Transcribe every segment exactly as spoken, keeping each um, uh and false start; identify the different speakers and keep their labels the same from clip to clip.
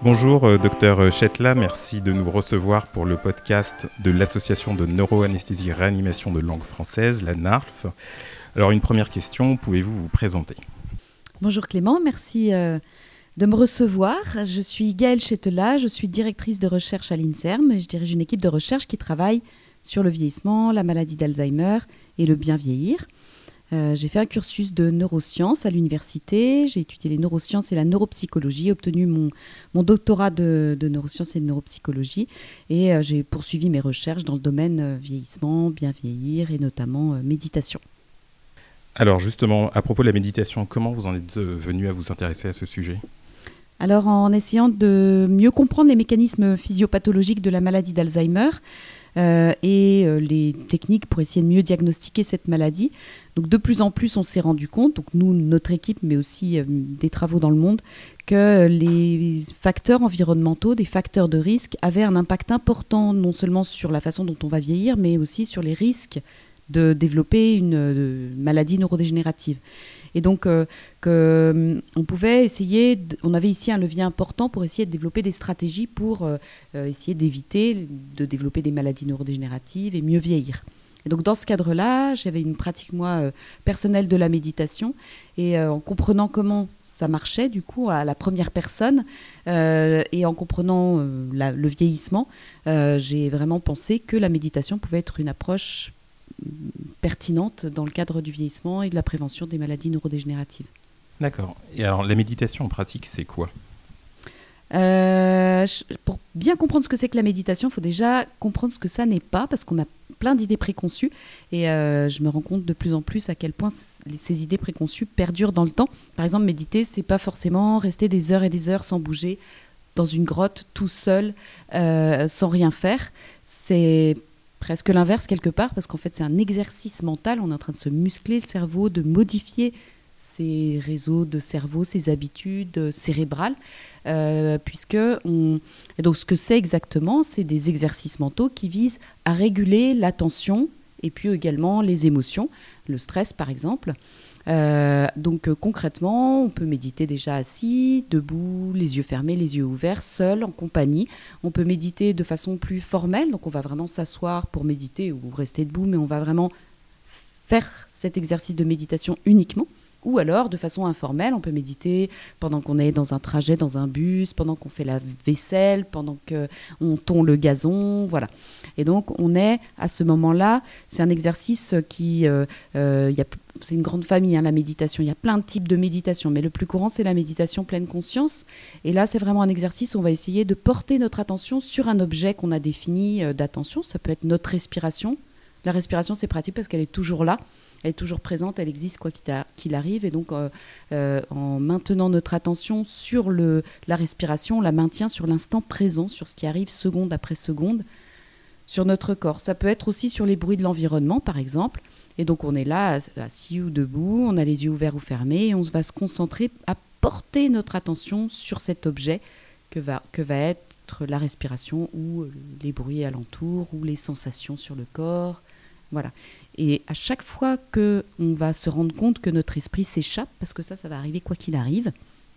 Speaker 1: Bonjour, euh, docteur Chetla, merci de nous recevoir pour le podcast de l'Association de neuroanesthésie et réanimation de langue française, la N A R F. Alors une première question, pouvez-vous vous présenter ?
Speaker 2: Bonjour Clément, merci euh, de me recevoir. Je suis Gaëlle Chetla, je suis directrice de recherche à l'INSERM et je dirige une équipe de recherche qui travaille sur le vieillissement, la maladie d'Alzheimer et le bien vieillir. Euh, j'ai fait un cursus de neurosciences à l'université, j'ai étudié les neurosciences et la neuropsychologie, obtenu mon, mon doctorat de, de neurosciences et de neuropsychologie et euh, j'ai poursuivi mes recherches dans le domaine euh, vieillissement, bien vieillir et notamment euh, méditation.
Speaker 1: Alors justement, à propos de la méditation, comment vous en êtes venu à vous intéresser à ce sujet ?
Speaker 2: Alors en essayant de mieux comprendre les mécanismes physiopathologiques de la maladie d'Alzheimer euh, et euh, les techniques pour essayer de mieux diagnostiquer cette maladie. Donc de plus en plus on s'est rendu compte, donc nous, notre équipe, mais aussi euh, des travaux dans le monde, que les facteurs environnementaux, des facteurs de risque avaient un impact important non seulement sur la façon dont on va vieillir, mais aussi sur les risques de développer une de maladie neurodégénérative. Et donc, euh, que, euh, on pouvait essayer, d- on avait ici un levier important pour essayer de développer des stratégies pour euh, euh, essayer d'éviter de développer des maladies neurodégénératives et mieux vieillir. Et donc, dans ce cadre-là, j'avais une pratique, moi, euh, personnelle de la méditation. Et euh, en comprenant comment ça marchait, du coup, à la première personne, euh, et en comprenant euh, la- le vieillissement, euh, j'ai vraiment pensé que la méditation pouvait être une approche pertinente dans le cadre du vieillissement et de la prévention des maladies neurodégénératives.
Speaker 1: D'accord. Et alors la méditation en pratique, c'est quoi ?
Speaker 2: Euh, je- pour bien comprendre ce que c'est que la méditation, il faut déjà comprendre ce que ça n'est pas, parce qu'on a plein d'idées préconçues, et euh, je me rends compte de plus en plus à quel point c- ces idées préconçues perdurent dans le temps. Par exemple, méditer, c'est pas forcément rester des heures et des heures sans bouger, dans une grotte, tout seul, euh, sans rien faire. C'est presque l'inverse quelque part, parce qu'en fait c'est un exercice mental, on est en train de se muscler le cerveau, de modifier ses réseaux de cerveau, ses habitudes euh, cérébrales, euh, puisque on... Et donc ce que c'est exactement, c'est des exercices mentaux qui visent à réguler l'attention et puis également les émotions, le stress par exemple. Euh, donc euh, concrètement, on peut méditer déjà assis, debout, les yeux fermés, les yeux ouverts, seul, en compagnie. On peut méditer de façon plus formelle, donc on va vraiment s'asseoir pour méditer ou rester debout, mais on va vraiment faire cet exercice de méditation uniquement. Ou alors, de façon informelle, on peut méditer pendant qu'on est dans un trajet, dans un bus, pendant qu'on fait la vaisselle, pendant qu'on tond le gazon, voilà. Et donc, on est à ce moment-là, c'est un exercice qui... Euh, euh, y a, c'est une grande famille, hein, la méditation. Il y a plein de types de méditation, mais le plus courant, c'est la méditation pleine conscience. Et là, c'est vraiment un exercice où on va essayer de porter notre attention sur un objet qu'on a défini euh, d'attention. Ça peut être notre respiration. La respiration, c'est pratique parce qu'elle est toujours là. Elle est toujours présente, elle existe quoi qu'il, a, qu'il arrive. Et donc, euh, euh, en maintenant notre attention sur le, la respiration, on la maintient sur l'instant présent, sur ce qui arrive seconde après seconde, sur notre corps. Ça peut être aussi sur les bruits de l'environnement, par exemple. Et donc, on est là, assis ou debout, on a les yeux ouverts ou fermés, et on va se concentrer à porter notre attention sur cet objet que va, que va être la respiration ou les bruits alentours ou les sensations sur le corps. Voilà. Et à chaque fois qu'on va se rendre compte que notre esprit s'échappe, parce que ça, ça va arriver quoi qu'il arrive,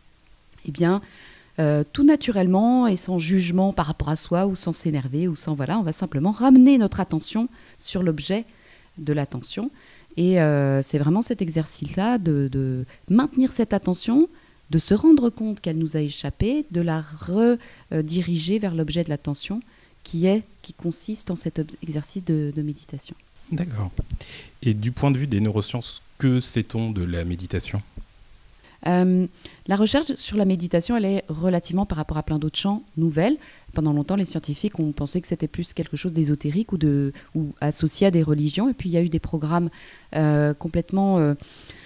Speaker 2: eh bien, euh, tout naturellement et sans jugement par rapport à soi ou sans s'énerver ou sans voilà, on va simplement ramener notre attention sur l'objet de l'attention. Et euh, c'est vraiment cet exercice-là de, de maintenir cette attention, de se rendre compte qu'elle nous a échappé, de la rediriger vers l'objet de l'attention qui est, qui consiste en cet ob- exercice de, de méditation.
Speaker 1: D'accord. Et du point de vue des neurosciences, que sait-on de la méditation ?
Speaker 2: Euh, la recherche sur la méditation, elle est relativement, par rapport à plein d'autres champs, nouvelle. Pendant longtemps, les scientifiques ont pensé que c'était plus quelque chose d'ésotérique ou, de, ou associé à des religions. Et puis, il y a eu des programmes euh, complètement euh,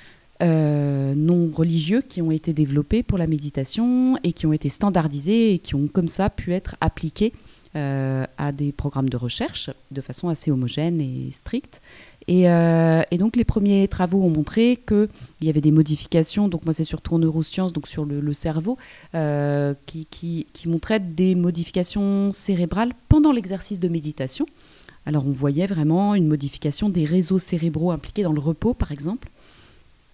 Speaker 2: euh, non religieux qui ont été développés pour la méditation et qui ont été standardisés et qui ont comme ça pu être appliqués euh, à des programmes de recherche de façon assez homogène et stricte. Et, euh, et donc les premiers travaux ont montré qu'il y avait des modifications, donc moi c'est surtout en neurosciences, donc sur le, le cerveau, euh, qui, qui, qui montraient des modifications cérébrales pendant l'exercice de méditation. Alors on voyait vraiment une modification des réseaux cérébraux impliqués dans le repos par exemple.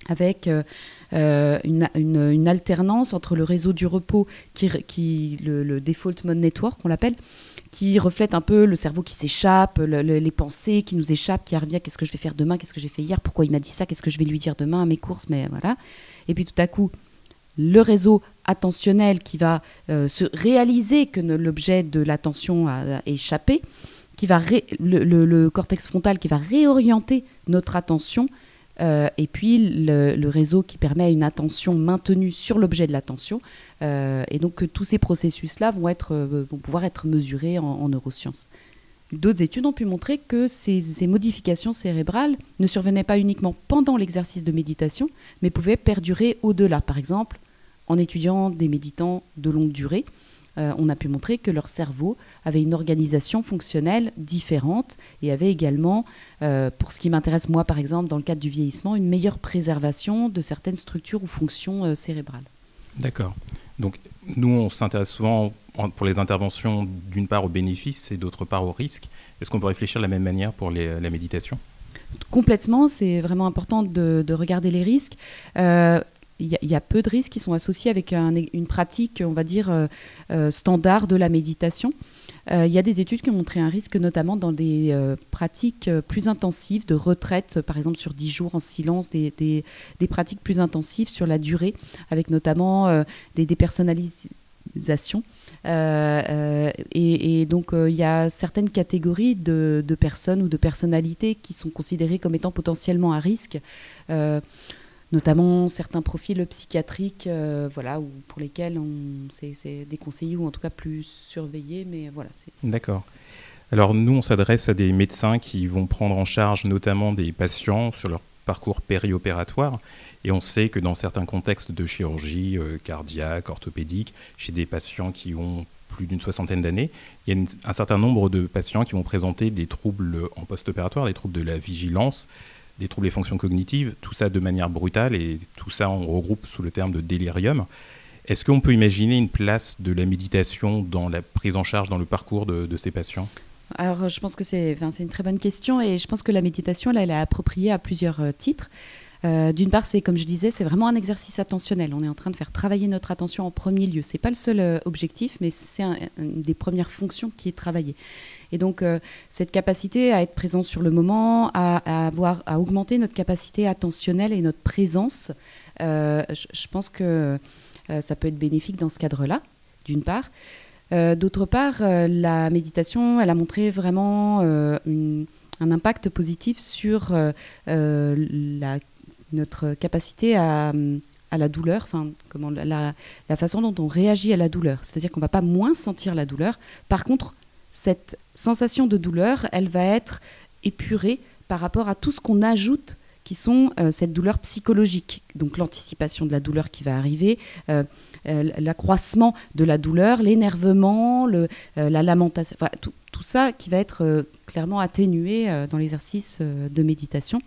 Speaker 2: avec euh, euh, une, une, une alternance entre le réseau du repos, qui, qui, le, le default mode network, on l'appelle, qui reflète un peu le cerveau qui s'échappe, le, le, les pensées qui nous échappent, qui revient, qu'est-ce que je vais faire demain, qu'est-ce que j'ai fait hier, pourquoi il m'a dit ça, qu'est-ce que je vais lui dire demain à mes courses, mais voilà. Et puis tout à coup, le réseau attentionnel qui va euh, se réaliser que ne, l'objet de l'attention a, a échappé, qui va ré, le, le, le cortex frontal qui va réorienter notre attention, euh, et puis le, le réseau qui permet à une attention maintenue sur l'objet de l'attention. Euh, et donc que tous ces processus-là vont, être, euh, vont pouvoir être mesurés en, en neurosciences. D'autres études ont pu montrer que ces, ces modifications cérébrales ne survenaient pas uniquement pendant l'exercice de méditation, mais pouvaient perdurer au-delà. Par exemple, en étudiant des méditants de longue durée, euh, on a pu montrer que leur cerveau avait une organisation fonctionnelle différente et avait également, euh, pour ce qui m'intéresse moi par exemple dans le cadre du vieillissement, une meilleure préservation de certaines structures ou fonctions euh, cérébrales.
Speaker 1: D'accord. Donc nous, on s'intéresse souvent pour les interventions d'une part aux bénéfices et d'autre part aux risques. Est-ce qu'on peut réfléchir de la même manière pour les, la méditation ?
Speaker 2: Complètement, c'est vraiment important de, de regarder les risques. Euh, Il y, y a peu de risques qui sont associés avec un, une pratique, on va dire, euh, euh, standard de la méditation. Euh, il y a des études qui ont montré un risque, notamment dans des euh, pratiques plus intensives de retraite, par exemple sur dix jours en silence, des, des, des pratiques plus intensives sur la durée, avec notamment euh, des dépersonnalisations. Euh, euh, et, et donc, il euh, y a certaines catégories de, de personnes ou de personnalités qui sont considérées comme étant potentiellement à risque. Euh, notamment certains profils psychiatriques euh, voilà, ou pour lesquels on, c'est, c'est déconseillé ou en tout cas plus surveillé. Mais voilà, c'est...
Speaker 1: D'accord. Alors nous, on s'adresse à des médecins qui vont prendre en charge notamment des patients sur leur parcours périopératoire. Et on sait que dans certains contextes de chirurgie euh, cardiaque, orthopédique, chez des patients qui ont plus d'une soixantaine d'années, il y a une, un certain nombre de patients qui vont présenter des troubles en post-opératoire, des troubles de la vigilance, des troubles des fonctions cognitives, tout ça de manière brutale, et tout ça on regroupe sous le terme de délirium. Est-ce qu'on peut imaginer une place de la méditation dans la prise en charge, dans le parcours de, de ces patients ?
Speaker 2: Alors je pense que c'est, enfin, c'est une très bonne question, et je pense que la méditation, là, elle est appropriée à plusieurs euh, titres. Euh, d'une part, c'est comme je disais, c'est vraiment un exercice attentionnel. On est en train de faire travailler notre attention en premier lieu. C'est pas le seul euh, objectif, mais c'est un, une des premières fonctions qui est travaillée. Et donc, euh, cette capacité à être présent sur le moment, à, à, avoir, à augmenter notre capacité attentionnelle et notre présence, euh, je, je pense que euh, ça peut être bénéfique dans ce cadre-là, d'une part. Euh, d'autre part, euh, la méditation, elle a montré vraiment euh, une, un impact positif sur euh, euh, la notre capacité à, à la douleur, enfin, comment, la, la façon dont on réagit à la douleur. C'est-à-dire qu'on ne va pas moins sentir la douleur. Par contre, cette sensation de douleur, elle va être épurée par rapport à tout ce qu'on ajoute, qui sont euh, cette douleur psychologique. Donc l'anticipation de la douleur qui va arriver, euh, euh, l'accroissement de la douleur, l'énervement, le, euh, la lamentation, enfin, tout, tout ça qui va être euh, clairement atténué euh, dans l'exercice euh, de méditation.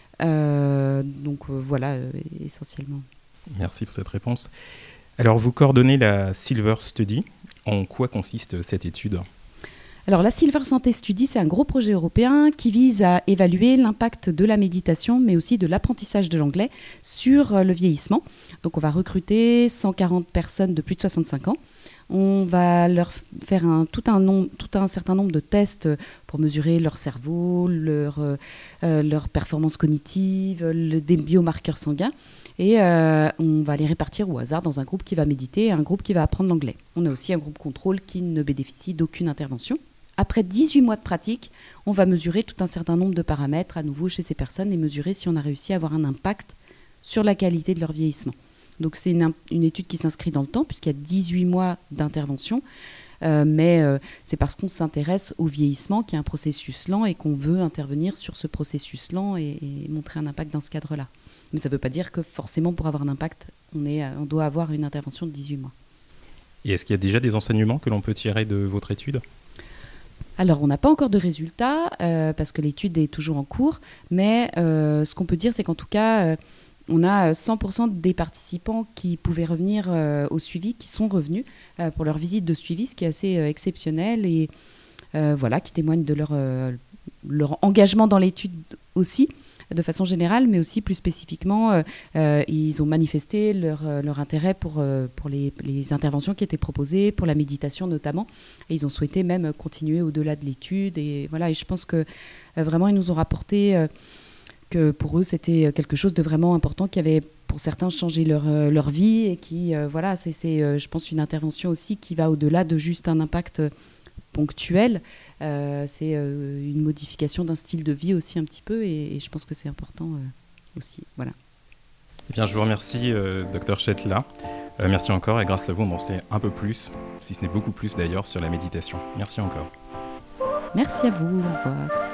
Speaker 2: Euh, donc euh, voilà, euh, essentiellement.
Speaker 1: Merci pour cette réponse. Alors, vous coordonnez la Silver Study. En quoi consiste cette étude ?
Speaker 2: Alors, la Silver Santé Study, c'est un gros projet européen qui vise à évaluer l'impact de la méditation, mais aussi de l'apprentissage de l'anglais sur euh, le vieillissement. Donc, on va recruter cent quarante personnes de plus de soixante-cinq ans. On va leur faire un, tout, un nombre, tout un certain nombre de tests pour mesurer leur cerveau, leur, euh, leur performance cognitive, le, des biomarqueurs sanguins. Et euh, on va les répartir au hasard dans un groupe qui va méditer et un groupe qui va apprendre l'anglais. On a aussi un groupe contrôle qui ne bénéficie d'aucune intervention. Après dix-huit mois de pratique, on va mesurer tout un certain nombre de paramètres à nouveau chez ces personnes et mesurer si on a réussi à avoir un impact sur la qualité de leur vieillissement. Donc c'est une, une étude qui s'inscrit dans le temps puisqu'il y a dix-huit mois d'intervention, euh, mais euh, c'est parce qu'on s'intéresse au vieillissement qu'il y a un processus lent et qu'on veut intervenir sur ce processus lent et, et montrer un impact dans ce cadre-là. Mais ça ne veut pas dire que forcément pour avoir un impact, on, est, on doit avoir une intervention de dix-huit mois.
Speaker 1: Et est-ce qu'il y a déjà des enseignements que l'on peut tirer de votre étude ?
Speaker 2: Alors, on n'a pas encore de résultats euh, parce que l'étude est toujours en cours, mais euh, ce qu'on peut dire, c'est qu'en tout cas, euh, on a cent pour cent des participants qui pouvaient revenir euh, au suivi, qui sont revenus euh, pour leur visite de suivi, ce qui est assez euh, exceptionnel et euh, voilà, qui témoigne de leur, euh, leur engagement dans l'étude aussi. de façon générale, mais aussi plus spécifiquement, euh, euh, ils ont manifesté leur, euh, leur intérêt pour, euh, pour les, les interventions qui étaient proposées, pour la méditation notamment, et ils ont souhaité même continuer au-delà de l'étude. Et voilà, et je pense que euh, vraiment, ils nous ont rapporté euh, que pour eux, c'était quelque chose de vraiment important, qui avait pour certains changé leur, euh, leur vie, et qui, euh, voilà, c'est, c'est euh, je pense, une intervention aussi qui va au-delà de juste un impact ponctuel. Euh, c'est euh, une modification d'un style de vie aussi un petit peu, et, et je pense que c'est important euh, aussi. Voilà.
Speaker 1: Eh bien, je vous remercie, euh, docteur Chetla. Euh, merci encore, et grâce à vous, on en sait un peu plus, si ce n'est beaucoup plus d'ailleurs, sur la méditation. Merci encore.
Speaker 2: Merci à vous. Au revoir.